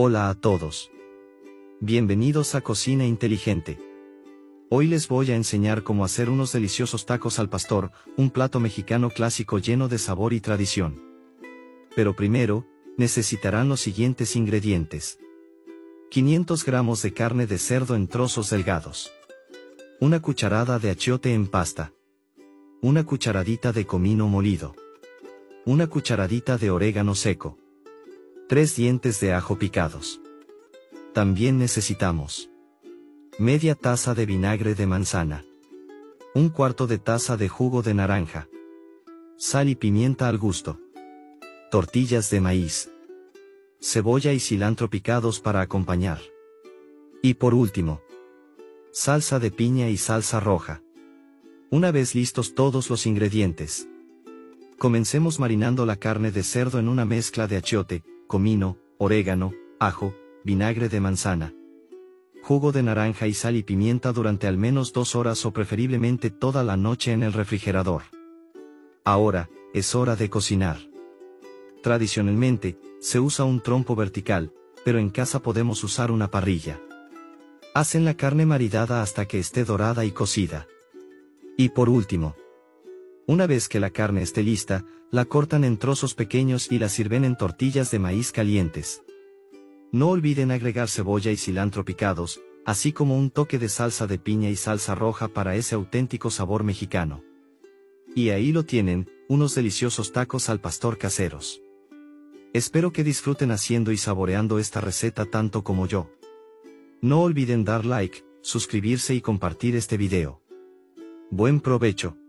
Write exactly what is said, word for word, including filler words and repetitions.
Hola a todos. Bienvenidos a Cocina Inteligente. Hoy les voy a enseñar cómo hacer unos deliciosos tacos al pastor, un plato mexicano clásico lleno de sabor y tradición. Pero primero, necesitarán los siguientes ingredientes. quinientos gramos de carne de cerdo en trozos delgados. Una cucharada de achiote en pasta. Una cucharadita de comino molido. Una cucharadita de orégano seco. Tres dientes de ajo picados. También necesitamos media taza de vinagre de manzana. Un cuarto de taza de jugo de naranja. Sal y pimienta al gusto. Tortillas de maíz. Cebolla y cilantro picados para acompañar. Y por último, salsa de piña y salsa roja. Una vez listos todos los ingredientes, comencemos marinando la carne de cerdo en una mezcla de achiote, comino, orégano, ajo, vinagre de manzana, jugo de naranja y sal y pimienta durante al menos dos horas o preferiblemente toda la noche en el refrigerador. Ahora, es hora de cocinar. Tradicionalmente, se usa un trompo vertical, pero en casa podemos usar una parrilla. Hacen la carne maridada hasta que esté dorada y cocida. Y por último, una vez que la carne esté lista, la cortan en trozos pequeños y la sirven en tortillas de maíz calientes. No olviden agregar cebolla y cilantro picados, así como un toque de salsa de piña y salsa roja para ese auténtico sabor mexicano. Y ahí lo tienen, unos deliciosos tacos al pastor caseros. Espero que disfruten haciendo y saboreando esta receta tanto como yo. No olviden dar like, suscribirse y compartir este video. Buen provecho.